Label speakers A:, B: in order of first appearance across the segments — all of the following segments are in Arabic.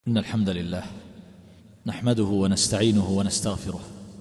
A: إن الحمد لله نحمده ونستعينه ونستغفره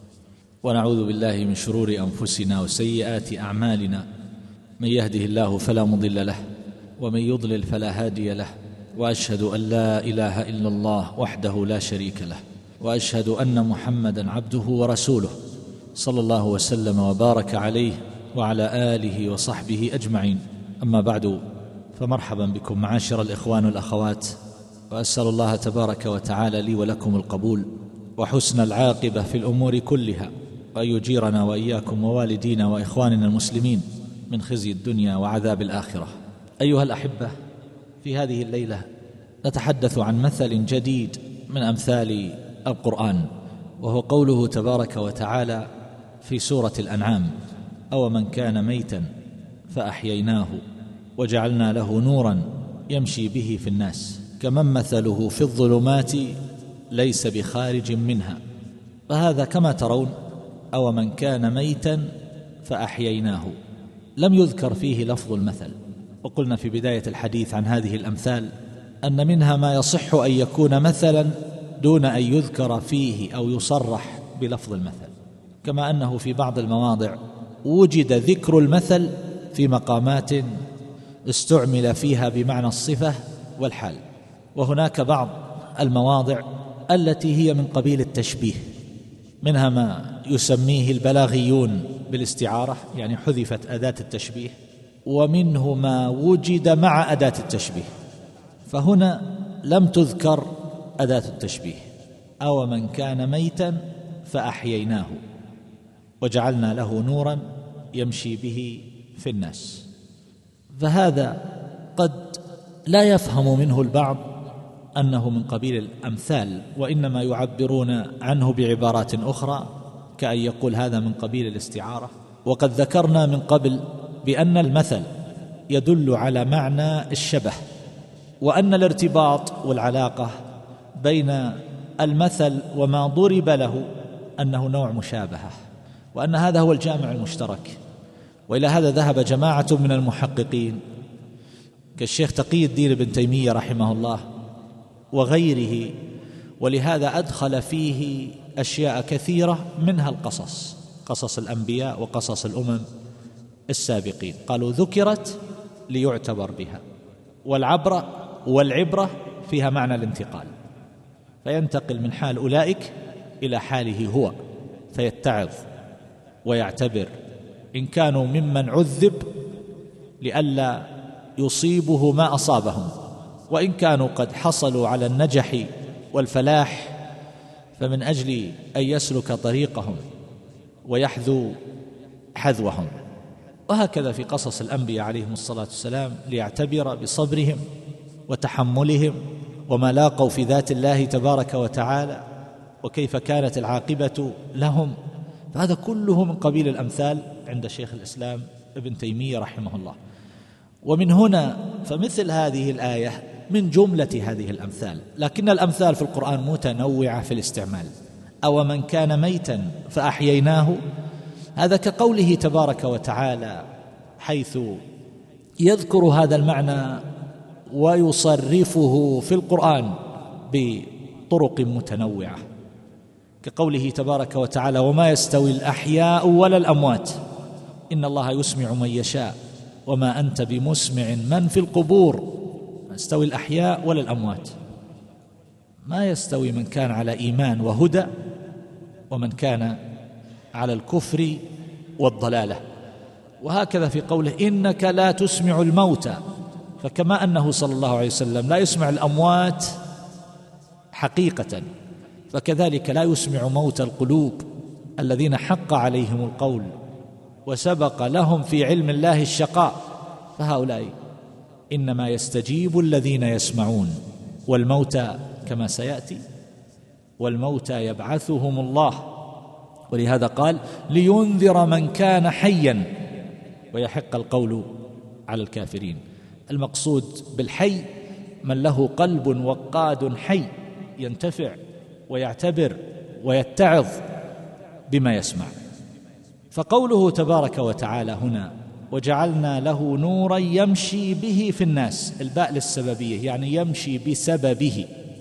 A: ونعوذ بالله من شرور أنفسنا وسيئات أعمالنا. من يهده الله فلا مضل له ومن يضلل فلا هادي له، وأشهد أن لا إله إلا الله وحده لا شريك له، وأشهد أن محمدا عبده ورسوله صلى الله وسلم وبارك عليه وعلى آله وصحبه أجمعين. أما بعد، فمرحبا بكم معاشر الإخوان والأخوات، وأسأل الله تبارك وتعالى لي ولكم القبول وحسن العاقبة في الأمور كلها، وأن يجيرنا وإياكم ووالدينا وإخواننا المسلمين من خزي الدنيا وعذاب الآخرة. أيها الأحبة، في هذه الليلة نتحدث عن مثل جديد من أمثال القرآن، وهو قوله تبارك وتعالى في سورة الأنعام: أو من كان ميتا فأحييناه وجعلنا له نورا يمشي به في الناس كمن مثله في الظلمات ليس بخارج منها. فهذا كما ترون أو من كان ميتا فأحييناه، لم يذكر فيه لفظ المثل. وقلنا في بداية الحديث عن هذه الأمثال أن منها ما يصح أن يكون مثلا دون أن يذكر فيه أو يصرح بلفظ المثل، كما أنه في بعض المواضع وجد ذكر المثل في مقامات استعمل فيها بمعنى الصفة والحال. وهناك بعض المواضع التي هي من قبيل التشبيه، منها ما يسميه البلاغيون بالاستعارة، يعني حذفت أداة التشبيه، ومنه ما وجد مع أداة التشبيه. فهنا لم تذكر أداة التشبيه. أو من كان ميتا فأحييناه وجعلنا له نورا يمشي به في الناس. فهذا قد لا يفهم منه البعض أنه من قبيل الأمثال، وإنما يعبرون عنه بعبارات أخرى، كأن يقول هذا من قبيل الاستعارة. وقد ذكرنا من قبل بأن المثل يدل على معنى الشبه، وأن الارتباط والعلاقة بين المثل وما ضرب له أنه نوع مشابهة، وأن هذا هو الجامع المشترك. وإلى هذا ذهب جماعة من المحققين كالشيخ تقي الدين ابن تيمية رحمه الله وغيره، ولهذا أدخل فيه أشياء كثيرة، منها القصص، قصص الأنبياء وقصص الأمم السابقين. قالوا ذكرت ليعتبر بها، والعبرة فيها معنى الانتقال، فينتقل من حال أولئك إلى حاله هو، فيتعظ ويعتبر إن كانوا ممن عذب لئلا يصيبه ما أصابهم، وإن كانوا قد حصلوا على النجح والفلاح فمن أجل أن يسلك طريقهم ويحذو حذوهم. وهكذا في قصص الأنبياء عليهم الصلاة والسلام، ليعتبر بصبرهم وتحملهم وما لاقوا في ذات الله تبارك وتعالى وكيف كانت العاقبة لهم. فهذا كله من قبيل الأمثال عند شيخ الإسلام ابن تيمية رحمه الله. ومن هنا فمثل هذه الآية من جملة هذه الأمثال، لكن الأمثال في القرآن متنوعة في الاستعمال. أو من كان ميتا فأحييناه، هذا كقوله تبارك وتعالى حيث يذكر هذا المعنى ويصرفه في القرآن بطرق متنوعة، كقوله تبارك وتعالى: وما يستوي الأحياء ولا الأموات إن الله يسمع من يشاء وما أنت بمسمع من في القبور. ما يستوي الأحياء ولا الأموات، ما يستوي من كان على إيمان وهدى ومن كان على الكفر والضلالة. وهكذا في قوله: إنك لا تسمع الموتى، فكما أنه صلى الله عليه وسلم لا يسمع الأموات حقيقة، فكذلك لا يسمع موت القلوب الذين حق عليهم القول وسبق لهم في علم الله الشقاء، فهؤلاء إنما يستجيب الذين يسمعون. والموتى كما سيأتي، والموتى يبعثهم الله، ولهذا قال: لينذر من كان حيا ويحق القول على الكافرين. المقصود بالحي من له قلب وقاد حي ينتفع ويعتبر ويتعظ بما يسمع. فقوله تبارك وتعالى هنا: وجعلنا له نورا يمشي به في الناس، الباء للسببية، يعني يمشي بسببه في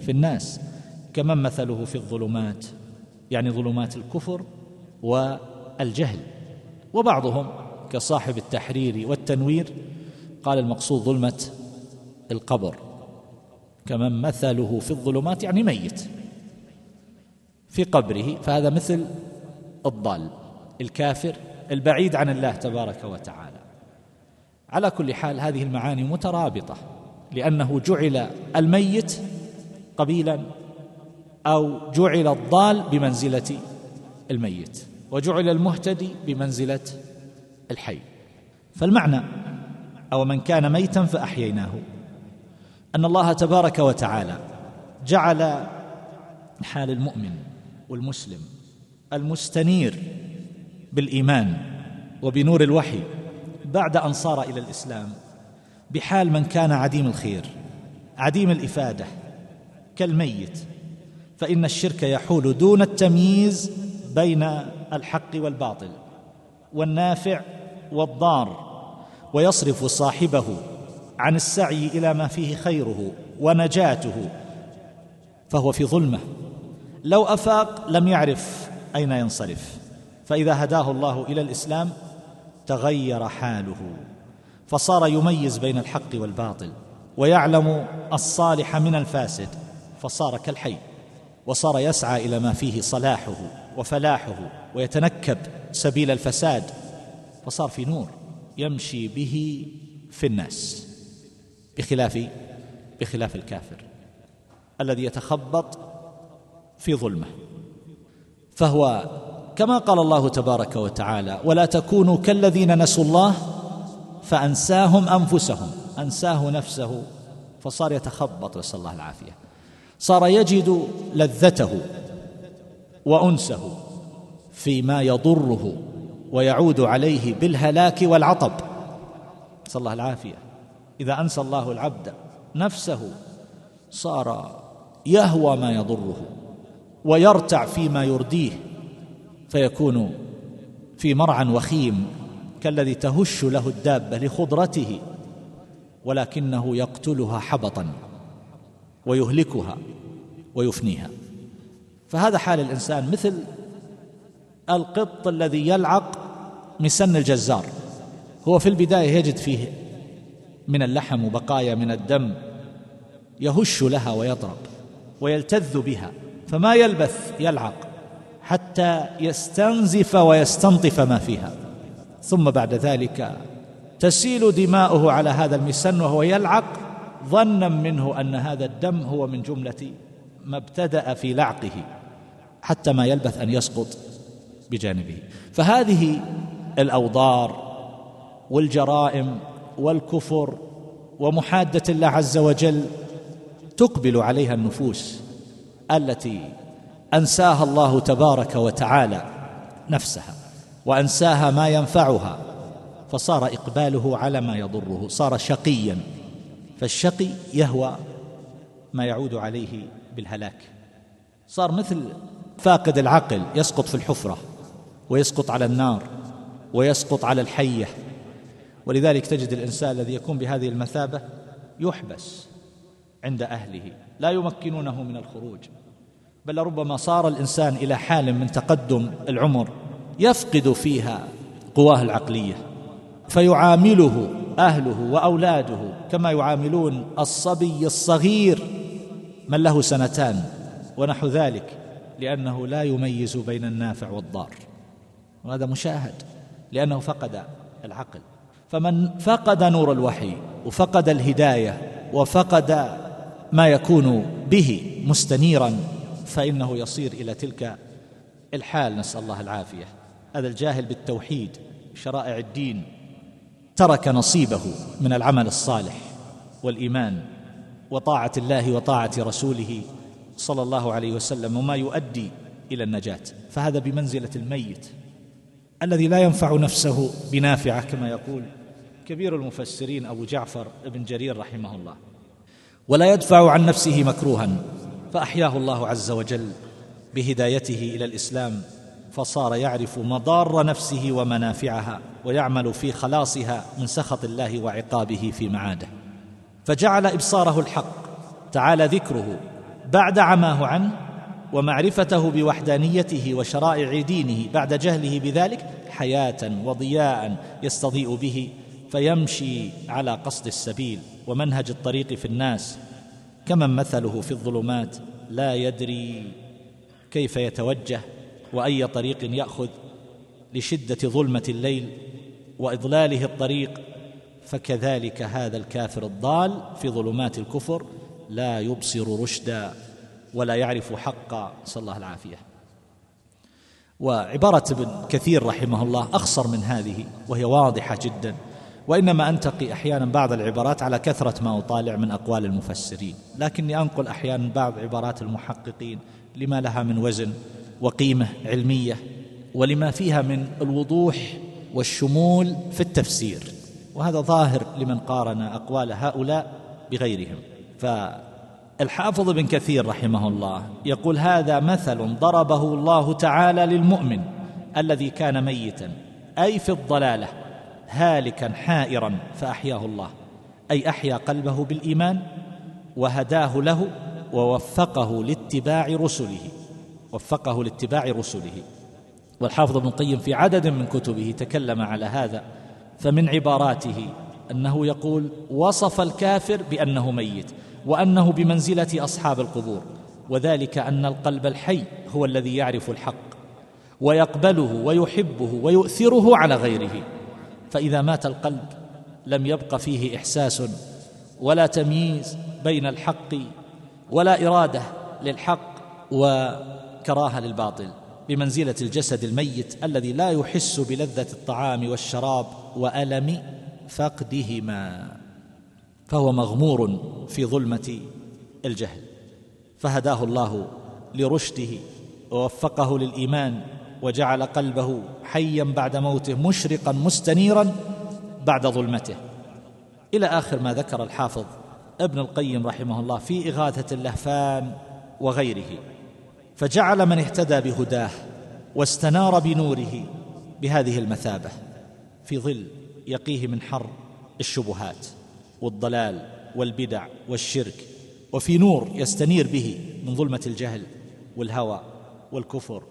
A: في الناس، كمن مثله في الظلمات، يعني ظلمات الكفر والجهل. وبعضهم كصاحب التحرير والتنوير قال المقصود ظلمة القبر، كمن مثله في الظلمات يعني ميت في قبره، فهذا مثل الضال الكافر البعيد عن الله تبارك وتعالى. على كل حال هذه المعاني مترابطة، لأنه جعل الميت قبيلا أو جعل الضال بمنزلة الميت، وجعل المهتدي بمنزلة الحي. فالمعنى أو من كان ميتا فأحييناه أن الله تبارك وتعالى جعل حال المؤمن والمسلم المستنير بالإيمان وبنور الوحي بعد أن صار إلى الإسلام بحال من كان عديم الخير عديم الإفادة كالميت، فإن الشرك يحول دون التمييز بين الحق والباطل والنافع والضار، ويصرف صاحبه عن السعي إلى ما فيه خيره ونجاته، فهو في ظلمة. لو أفاق لم يعرف أين ينصرف، فإذا هداه الله إلى الإسلام تغير حاله، فصار يميز بين الحق والباطل ويعلم الصالح من الفاسد، فصار كالحي، وصار يسعى إلى ما فيه صلاحه وفلاحه ويتنكب سبيل الفساد، فصار في نور يمشي به في الناس، بخلاف الكافر الذي يتخبط في ظلمه. فهو كما قال الله تبارك وتعالى: ولا تكونوا كالذين نسوا الله فأنساهم أنفسهم، أنساه نفسه فصار يتخبط، نسأل الله العافية، صار يجد لذته وأنسه فيما يضره ويعود عليه بالهلاك والعطب، نسأل الله العافية. إذا أنسى الله العبد نفسه صار يهوى ما يضره ويرتع فيما يرديه، فيكون في مرعى وخيم كالذي تهش له الدابة لخضرته، ولكنه يقتلها حبطا ويهلكها ويفنيها. فهذا حال الإنسان مثل القط الذي يلعق مسن الجزار، هو في البداية يجد فيه من اللحم وبقايا من الدم يهش لها ويضرب ويلتذ بها، فما يلبث يلعق حتى يستنزف ويستنطف ما فيها، ثم بعد ذلك تسيل دماؤه على هذا المسن وهو يلعق ظنا منه أن هذا الدم هو من جملة ما ابتدأ في لعقه، حتى ما يلبث أن يسقط بجانبه. فهذه الأوضار والجرائم والكفر ومحادة الله عز وجل تقبل عليها النفوس التي أنساها الله تبارك وتعالى نفسها وأنساها ما ينفعها، فصار إقباله على ما يضره، صار شقيا، فالشقي يهوى ما يعود عليه بالهلاك، صار مثل فاقد العقل يسقط في الحفرة ويسقط على النار ويسقط على الحية. ولذلك تجد الإنسان الذي يكون بهذه المثابة يحبس عند أهله لا يمكنونه من الخروج، بل ربما صار الإنسان إلى حال من تقدم العمر يفقد فيها قواه العقلية، فيعامله أهله وأولاده كما يعاملون الصبي الصغير من له 2 سنين ونحو ذلك، لأنه لا يميز بين النافع والضار، وهذا مشاهد لأنه فقد العقل. فمن فقد نور الوحي وفقد الهداية وفقد ما يكون به مستنيرا فإنه يصير إلى تلك الحال، نسأل الله العافية. هذا الجاهل بالتوحيد شرائع الدين ترك نصيبه من العمل الصالح والإيمان وطاعة الله وطاعة رسوله صلى الله عليه وسلم وما يؤدي إلى النجاة، فهذا بمنزلة الميت الذي لا ينفع نفسه بنافعة، كما يقول كبير المفسرين أبو جعفر ابن جرير رحمه الله، ولا يدفع عن نفسه مكروها، فأحياه الله عز وجل بهدايته إلى الإسلام، فصار يعرف مضار نفسه ومنافعها ويعمل في خلاصها من سخط الله وعقابه في معاده، فجعل إبصاره الحق تعالى ذكره بعد عماه عنه ومعرفته بوحدانيته وشرائع دينه بعد جهله بذلك حياة وضياء يستضيء به، فيمشي على قصد السبيل ومنهج الطريق في الناس كمن مثله في الظلمات لا يدري كيف يتوجه وأي طريق يأخذ لشدة ظلمة الليل وإضلاله الطريق. فكذلك هذا الكافر الضال في ظلمات الكفر لا يبصر رشدا ولا يعرف حقا، نسأل الله العافية. وعبارة ابن كثير رحمه الله أخصر من هذه وهي واضحة جدا، وإنما أنتقي أحيانا بعض العبارات على كثرة ما أطالع من أقوال المفسرين، لكني أنقل أحيانا بعض عبارات المحققين لما لها من وزن وقيمة علمية ولما فيها من الوضوح والشمول في التفسير، وهذا ظاهر لمن قارن أقوال هؤلاء بغيرهم. فالحافظ ابن كثير رحمه الله يقول: هذا مثل ضربه الله تعالى للمؤمن الذي كان ميتا أي في الضلالة هالكا حائرا فأحياه الله، أي أحيا قلبه بالإيمان وهداه له ووفقه لاتباع رسله. والحافظ ابن القيم في عدد من كتبه تكلم على هذا، فمن عباراته أنه يقول: وصف الكافر بأنه ميت وأنه بمنزلة أصحاب القبور، وذلك أن القلب الحي هو الذي يعرف الحق ويقبله ويحبه ويؤثره على غيره، فإذا مات القلب لم يبق فيه إحساس ولا تمييز بين الحق ولا إرادة للحق وكراهة للباطل، بمنزلة الجسد الميت الذي لا يحس بلذة الطعام والشراب وألم فقدهما، فهو مغمور في ظلمة الجهل. فهداه الله لرشده ووفقه للإيمان وجعل قلبه حيا بعد موته مشرقا مستنيرا بعد ظلمته، إلى آخر ما ذكر الحافظ ابن القيم رحمه الله في إغاثة اللهفان وغيره. فجعل من اهتدى بهداه واستنار بنوره بهذه المثابة في ظل يقيه من حر الشبهات والضلال والبدع والشرك، وفي نور يستنير به من ظلمة الجهل والهوى والكفر.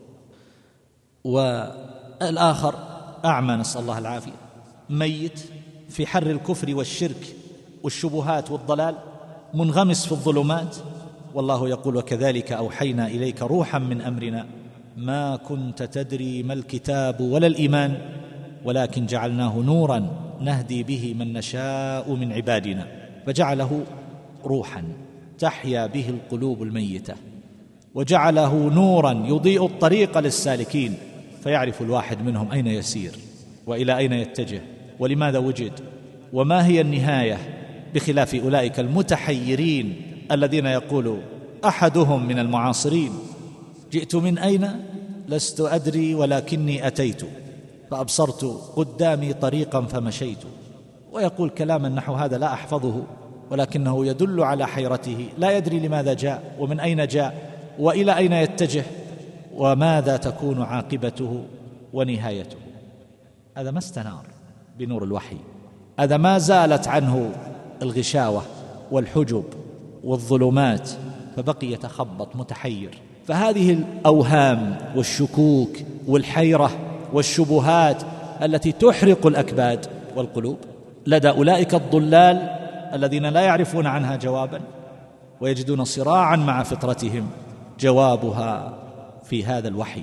A: والآخر أعمى، نسأل الله العافية، ميت في حر الكفر والشرك والشبهات والضلال، منغمس في الظلمات. والله يقول: وكذلك أوحينا إليك روحا من أمرنا ما كنت تدري ما الكتاب ولا الإيمان ولكن جعلناه نورا نهدي به من نشاء من عبادنا، فجعله روحا تحيا به القلوب الميتة، وجعله نورا يضيء الطريق للسالكين، فيعرف الواحد منهم أين يسير وإلى أين يتجه ولماذا وجد وما هي النهاية، بخلاف أولئك المتحيرين الذين يقول أحدهم من المعاصرين: جئت من أين لست أدري ولكني أتيت فأبصرت قدامي طريقا فمشيت، ويقول كلاما نحو هذا لا أحفظه، ولكنه يدل على حيرته، لا يدري لماذا جاء ومن أين جاء وإلى أين يتجه وماذا تكون عاقبته ونهايته. هذا ما استنار بنور الوحي، هذا ما زالت عنه الغشاوة والحجب والظلمات، فبقي يتخبط متحير. فهذه الأوهام والشكوك والحيرة والشبهات التي تحرق الأكباد والقلوب لدى أولئك الضلال الذين لا يعرفون عنها جوابا ويجدون صراعا مع فطرتهم، جوابها في هذا الوحي،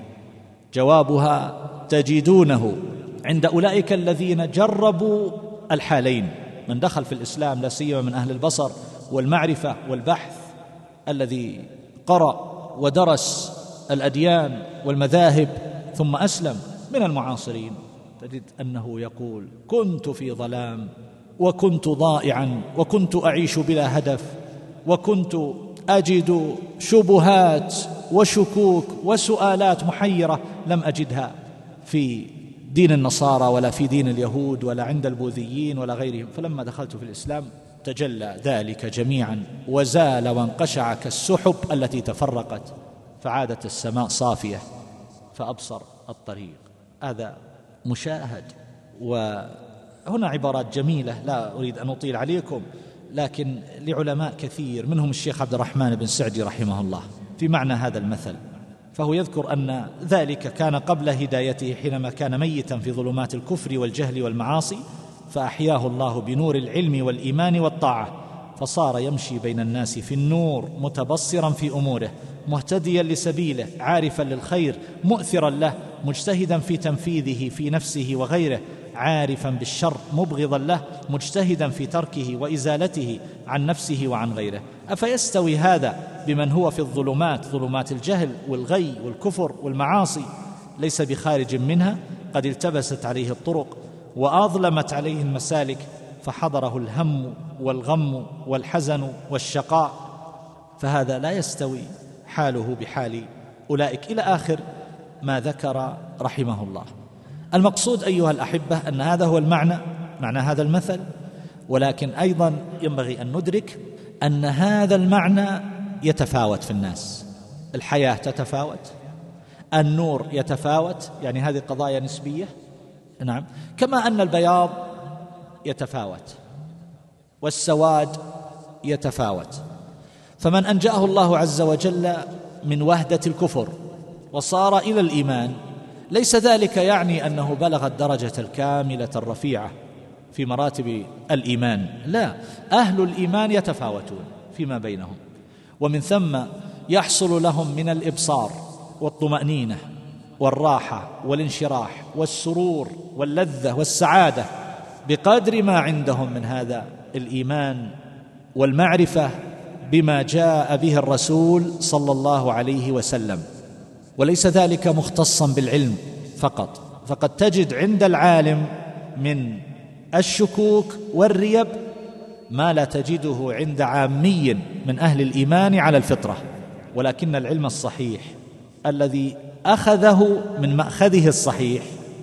A: جوابها تجدونه عند أولئك الذين جربوا الحالين، من دخل في الإسلام لا سيما من أهل البصر والمعرفة والبحث، الذي قرأ ودرس الأديان والمذاهب ثم أسلم من المعاصرين، تجد أنه يقول: كنت في ظلام وكنت ضائعا وكنت أعيش بلا هدف وكنت أجد شبهات وشكوك وسؤالات محيرة لم أجدها في دين النصارى ولا في دين اليهود ولا عند البوذيين ولا غيرهم. فلما دخلت في الإسلام تجلى ذلك جميعا وزال وانقشع كالسحب التي تفرقت، فعادت السماء صافية فأبصر الطريق. هذا مشاهد. وهنا عبارات جميلة لا أريد أن أطيل عليكم، لكن لعلماء كثير منهم الشيخ عبد الرحمن بن سعدي رحمه الله في معنى هذا المثل، فهو يذكر أن ذلك كان قبل هدايته حينما كان ميتا في ظلمات الكفر والجهل والمعاصي، فأحياه الله بنور العلم والإيمان والطاعة، فصار يمشي بين الناس في النور متبصرا في أموره، مهتديا لسبيله، عارفا للخير، مؤثرا له، مجتهدا في تنفيذه في نفسه وغيره، عارفا بالشر، مبغضا له، مجتهدا في تركه وإزالته عن نفسه وعن غيره. أفيستوي هذا بمن هو في الظلمات، ظلمات الجهل والغي والكفر والمعاصي، ليس بخارج منها؟ قد التبست عليه الطرق وأظلمت عليه المسالك، فحضره الهم والغم والحزن والشقاء، فهذا لا يستوي حاله بحال أولئك، إلى آخر ما ذكر رحمه الله. المقصود أيها الأحبة أن هذا هو معنى هذا المثل، ولكن أيضا ينبغي أن ندرك أن هذا المعنى يتفاوت في الناس. الحياة تتفاوت، النور يتفاوت، يعني هذه قضايا نسبية، نعم، كما أن البياض يتفاوت والسواد يتفاوت. فمن أنجاه الله عز وجل من وهدة الكفر وصار إلى الإيمان، ليس ذلك يعني أنه بلغ الدرجة الكاملة الرفيعة في مراتب الإيمان، لا، أهل الإيمان يتفاوتون فيما بينهم، ومن ثم يحصل لهم من الإبصار والطمأنينة والراحة والانشراح والسرور واللذة والسعادة بقدر ما عندهم من هذا الإيمان والمعرفة بما جاء به الرسول صلى الله عليه وسلم. وليس ذلك مختصا بالعلم فقط، فقد تجد عند العالم من الشكوك والريب ما لا تجده عند عامي من أهل الإيمان على الفطرة. ولكن العلم الصحيح الذي أخذه من مأخذه الصحيح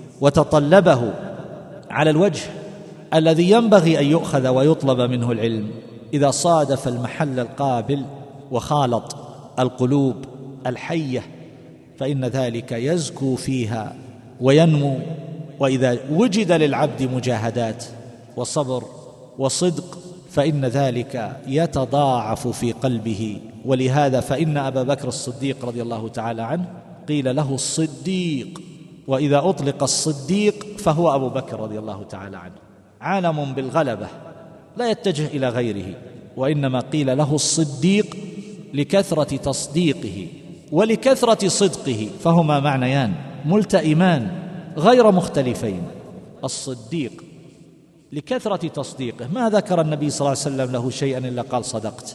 A: وتطلبه على الوجه الذي ينبغي أن يؤخذ ويطلب منه العلم، إذا صادف المحل القابل وخالط القلوب الحية فإن ذلك يزكو فيها وينمو. وإذا وجد للعبد مجاهدات وصبر وصدق فإن ذلك يتضاعف في قلبه. ولهذا فإن أبا بكر الصديق رضي الله تعالى عنه قيل له الصديق، وإذا أطلق الصديق فهو أبو بكر رضي الله تعالى عنه، عالم بالغلبة لا يتجه إلى غيره، وإنما قيل له الصديق لكثرة تصديقه ولكثرة صدقه، فهما معنيان ملتئمان غير مختلفين. الصديق لكثرة تصديقه، ما ذكر النبي صلى الله عليه وسلم له شيئا إلا قال صدقت،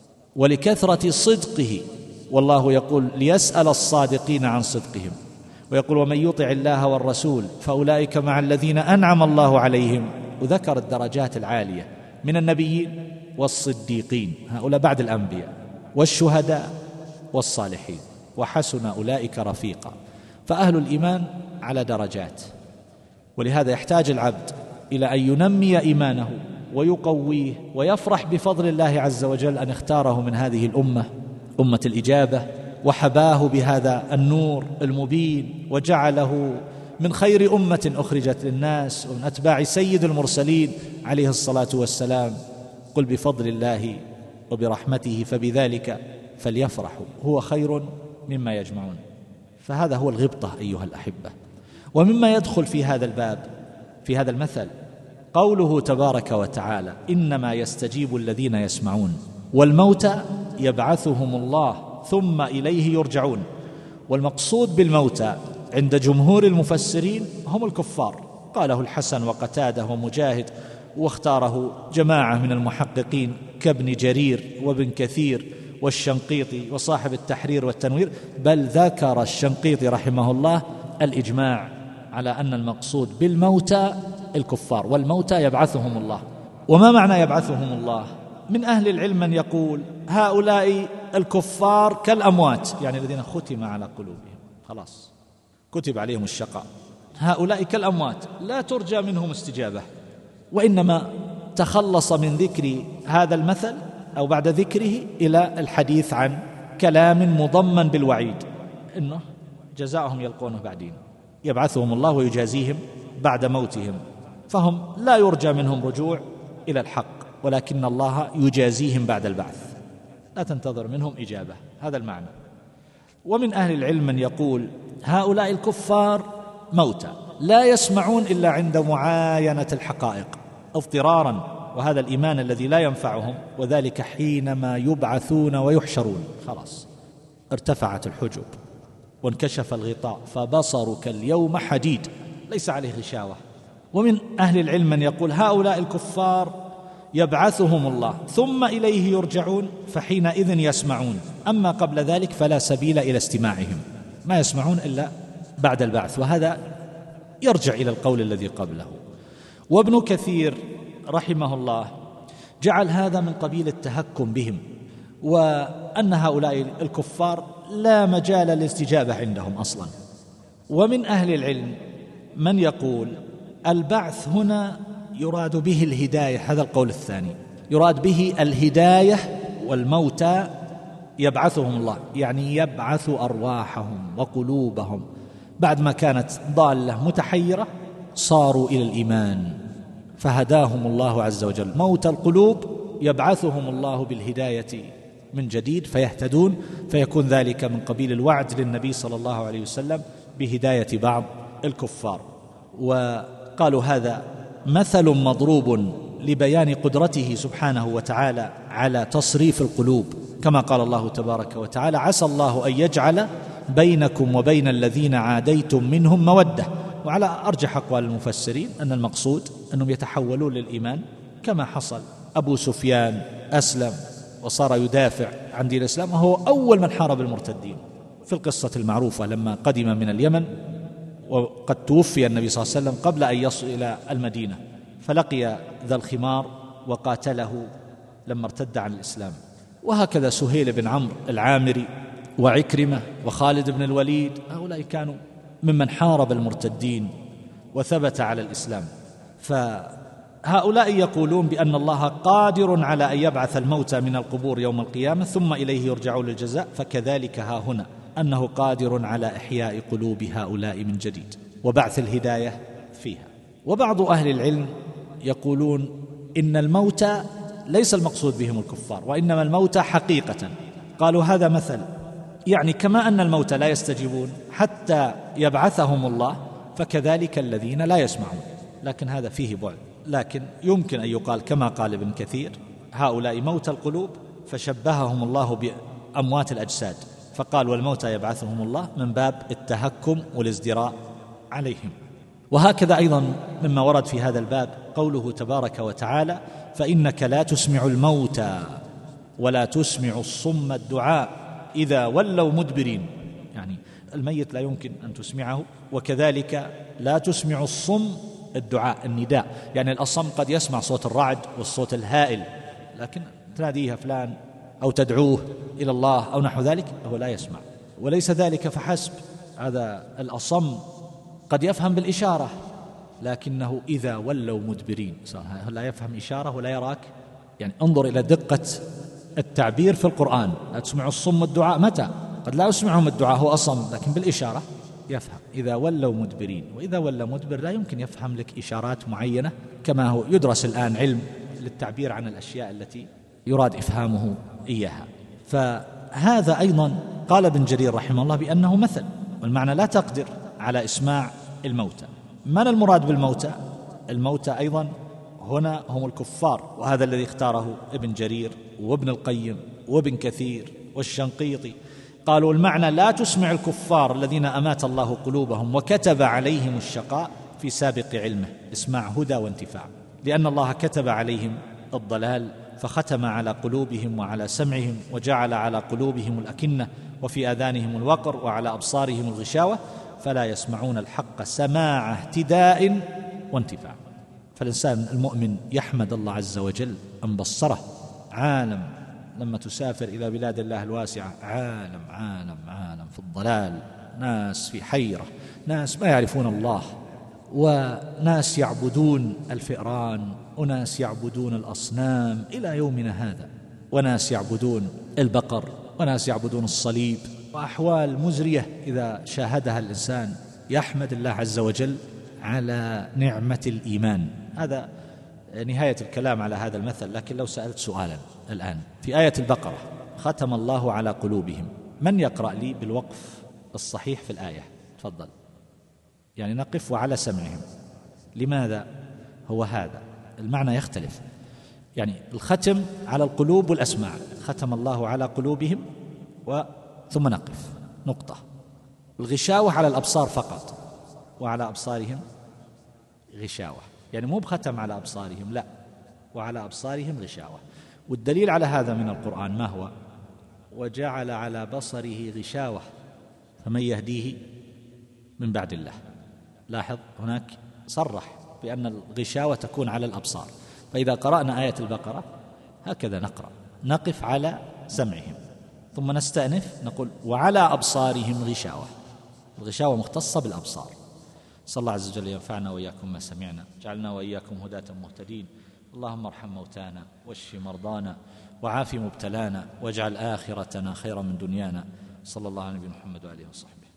A: ولكثرة صدقه، والله يقول ليسأل الصادقين عن صدقهم، ويقول ومن يطع الله والرسول فأولئك مع الذين أنعم الله عليهم، وذكر الدرجات العالية من النبيين والصديقين، هؤلاء بعد الأنبياء، والشهداء والصالحين، وحسن أولئك رفيقا. فأهل الإيمان على درجات، ولهذا يحتاج العبد إلى أن ينمي إيمانه ويقويه ويفرح بفضل الله عز وجل أن اختاره من هذه الأمة، أمة الإجابة، وحباه بهذا النور المبين وجعله من خير أمة أخرجت للناس ومن أتباع سيد المرسلين عليه الصلاة والسلام. قل بفضل الله وبرحمته فبذلك فليفرحوا هو خير مما يجمعون. فهذا هو الغبطة أيها الأحبة. ومما يدخل في هذا الباب في هذا المثل قوله تبارك وتعالى إنما يستجيب الذين يسمعون، والموتى يبعثهم الله ثم إليه يرجعون. والمقصود بالموتى عند جمهور المفسرين هم الكفار، قاله الحسن وقتاده ومجاهد، واختاره جماعة من المحققين كابن جرير وابن كثير والشنقيطي وصاحب التحرير والتنوير، بل ذكر الشنقيطي رحمه الله الإجماع على أن المقصود بالموتى الكفار، والموتى يبعثهم الله. وما معنى يبعثهم الله؟ من أهل العلم من يقول هؤلاء الكفار كالأموات، يعني الذين ختم على قلوبهم، خلاص كتب عليهم الشقاء، هؤلاء كالأموات لا ترجى منهم استجابة. وإنما تخلص من ذكر هذا المثل أو بعد ذكره إلى الحديث عن كلام مضمن بالوعيد، إنه جزاؤهم يلقونه بعدين، يبعثهم الله ويجازيهم بعد موتهم، فهم لا يرجى منهم رجوع إلى الحق ولكن الله يجازيهم بعد البعث، لا تنتظر منهم إجابة. هذا المعنى. ومن أهل العلم من يقول هؤلاء الكفار موتى لا يسمعون إلا عند معاينة الحقائق اضطرارا، وهذا الإيمان الذي لا ينفعهم، وذلك حينما يبعثون ويحشرون، خلاص ارتفعت الحجب وانكشف الغطاء فبصرك اليوم حديد ليس عليه غشاوة. ومن أهل العلم من يقول هؤلاء الكفار يبعثهم الله ثم إليه يرجعون فحينئذ يسمعون، أما قبل ذلك فلا سبيل إلى استماعهم، ما يسمعون إلا بعد البعث، وهذا يرجع إلى القول الذي قبله. وابن كثير رحمه الله جعل هذا من قبيل التهكم بهم، وأن هؤلاء الكفار لا مجال للاستجابة عندهم أصلا. ومن أهل العلم من يقول البعث هنا يراد به الهداية، هذا القول الثاني، يراد به الهداية، والموتى يبعثهم الله يعني يبعث أرواحهم وقلوبهم بعد ما كانت ضالة متحيرة صاروا إلى الإيمان فهداهم الله عز وجل. موت القلوب يبعثهم الله بالهداية من جديد فيهتدون، فيكون ذلك من قبيل الوعد للنبي صلى الله عليه وسلم بهداية بعض الكفار. وقالوا هذا مثل مضروب لبيان قدرته سبحانه وتعالى على تصريف القلوب، كما قال الله تبارك وتعالى عسى الله أن يجعل بينكم وبين الذين عاديتم منهم مودة. وعلى أرجح أقوال المفسرين أن المقصود أنهم يتحولون للإيمان، كما حصل أبو سفيان أسلم وصار يدافع عن دين الإسلام، وهو أول من حارب المرتدين في القصة المعروفة لما قدم من اليمن، وقد توفي النبي صلى الله عليه وسلم قبل أن يصل إلى المدينة، فلقي ذا الخمار وقاتله لما ارتد عن الإسلام. وهكذا سهيل بن عمرو العامري وعكرمة وخالد بن الوليد، هؤلاء كانوا ممن حارب المرتدين وثبت على الإسلام. فهؤلاء يقولون بأن الله قادر على أن يبعث الموتى من القبور يوم القيامة ثم إليه يرجعون للجزاء، فكذلك ها هنا أنه قادر على إحياء قلوب هؤلاء من جديد وبعث الهداية فيها. وبعض أهل العلم يقولون إن الموتى ليس المقصود بهم الكفار، وإنما الموتى حقيقة. قالوا هذا مثل، يعني كما أن الموتى لا يستجيبون حتى يبعثهم الله، فكذلك الذين لا يسمعون، لكن هذا فيه بعد. لكن يمكن أن يقال كما قال ابن كثير هؤلاء موتى القلوب، فشبههم الله بأموات الأجساد، فقال والموتى يبعثهم الله من باب التهكم والازدراء عليهم. وهكذا أيضا مما ورد في هذا الباب قوله تبارك وتعالى فإنك لا تسمع الموتى ولا تسمع الصم الدعاء إذا ولوا مدبرين، يعني الميت لا يمكن أن تسمعه، وكذلك لا تسمع الصم الدعاء النداء، يعني الأصم قد يسمع صوت الرعد والصوت الهائل، لكن تناديها فلان أو تدعوه إلى الله أو نحو ذلك هو لا يسمع. وليس ذلك فحسب، هذا الأصم قد يفهم بالإشارة، لكنه إذا ولوا مدبرين لا يفهم إشارة ولا يراك. يعني انظر إلى دقة التعبير في القرآن، لا تسمع الصم الدعاء، متى؟ قد لا يسمعهم الدعاء، هو أصم لكن بالإشارة يفهم. إذا ولوا مدبرين، وإذا ولى مدبر لا يمكن يفهم لك إشارات معينة، كما هو يدرس الآن علم للتعبير عن الأشياء التي يراد إفهامه إياها. فهذا أيضا قال ابن جرير رحمه الله بأنه مثل، والمعنى لا تقدر على إسماع الموتى. من المراد بالموتى؟ الموتى أيضا هنا هم الكفار، وهذا الذي اختاره ابن جرير وابن القيم وابن كثير والشنقيطي. قالوا المعنى لا تسمع الكفار الذين أمات الله قلوبهم وكتب عليهم الشقاء في سابق علمه، اسماع هدى وانتفاع، لأن الله كتب عليهم الضلال فختم على قلوبهم وعلى سمعهم وجعل على قلوبهم الأكنة وفي آذانهم الوقر وعلى أبصارهم الغشاوة فلا يسمعون الحق سماع اهتداء وانتفاع. فالإنسان المؤمن يحمد الله عز وجل أن بصره عالم، لما تسافر إلى بلاد الله الواسعة عالم عالم عالم في الضلال، ناس في حيرة، ناس ما يعرفون الله، وناس يعبدون الفئران، وناس يعبدون الأصنام إلى يومنا هذا، وناس يعبدون البقر، وناس يعبدون الصليب، وأحوال مزرية إذا شاهدها الإنسان يحمد الله عز وجل على نعمة الإيمان. هذا نهاية الكلام على هذا المثل، لكن لو سألت سؤالا الآن في آية البقرة: ختم الله على قلوبهم، من يقرأ لي بالوقف الصحيح في الآية؟ تفضل. يعني نقف وعلى سمعهم. لماذا؟ هو هذا المعنى يختلف. يعني الختم على القلوب والأسماع، ختم الله على قلوبهم ثم نقف نقطة. الغشاوة على الأبصار فقط، وعلى أبصارهم غشاوة، يعني مو بختم على أبصارهم، لا، وعلى أبصارهم غشاوة. والدليل على هذا من القرآن ما هو؟ وجعل على بصره غشاوة فمن يهديه من بعد الله. لاحظ هناك صرح بأن الغشاوة تكون على الأبصار. فإذا قرأنا آية البقرة هكذا نقرأ، نقف على سمعهم ثم نستأنف نقول وعلى أبصارهم غشاوة. الغشاوة مختصة بالأبصار. صلى الله عز وجل ينفعنا وإياكم ما سمعنا، جعلنا وإياكم هداة مهتدين. اللهم ارحم موتانا واشف مرضانا وعاف مبتلانا واجعل آخرتنا خيرا من دنيانا. صلى الله على نبينا محمد وآله وصحبه.